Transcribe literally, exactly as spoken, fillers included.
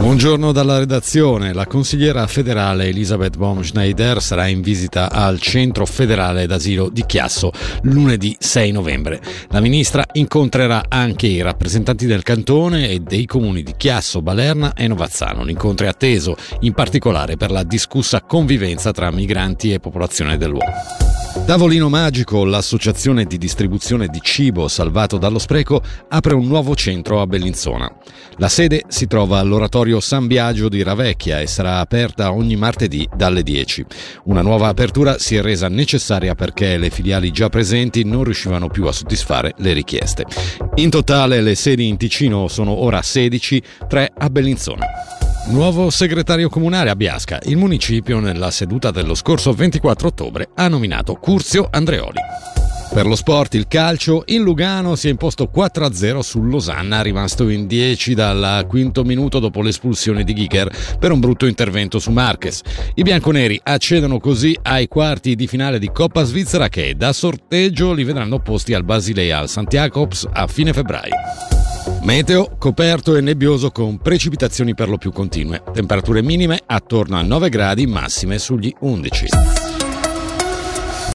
Buongiorno dalla redazione. La consigliera federale Elisabeth Baumschneider sarà in visita al Centro Federale d'Asilo di Chiasso lunedì sei novembre. La ministra incontrerà anche i rappresentanti del cantone e dei comuni di Chiasso, Balerna e Novazzano. L'incontro è atteso in particolare per la discussa convivenza tra migranti e popolazione del luogo. Tavolino Magico, l'associazione di distribuzione di cibo salvato dallo spreco, apre un nuovo centro a Bellinzona. La sede si trova all'oratorio San Biagio di Ravecchia e sarà aperta ogni martedì dalle dieci. Una nuova apertura si è resa necessaria perché le filiali già presenti non riuscivano più a soddisfare le richieste. In totale le sedi in Ticino sono ora sedici, tre a Bellinzona. Nuovo segretario comunale a Biasca. Il municipio, nella seduta dello scorso ventiquattro ottobre, ha nominato Curzio Andreoli. Per lo sport, il calcio, il Lugano si è imposto quattro a zero sul Losanna, rimasto in dieci dal quinto minuto dopo l'espulsione di Ghiger per un brutto intervento su Marquez. I bianconeri accedono così ai quarti di finale di Coppa Svizzera che da sorteggio li vedranno opposti al Basilea al Sankt Jakobs a fine febbraio. Meteo coperto e nebbioso con precipitazioni per lo più continue. Temperature minime attorno a nove gradi, massime sugli undici.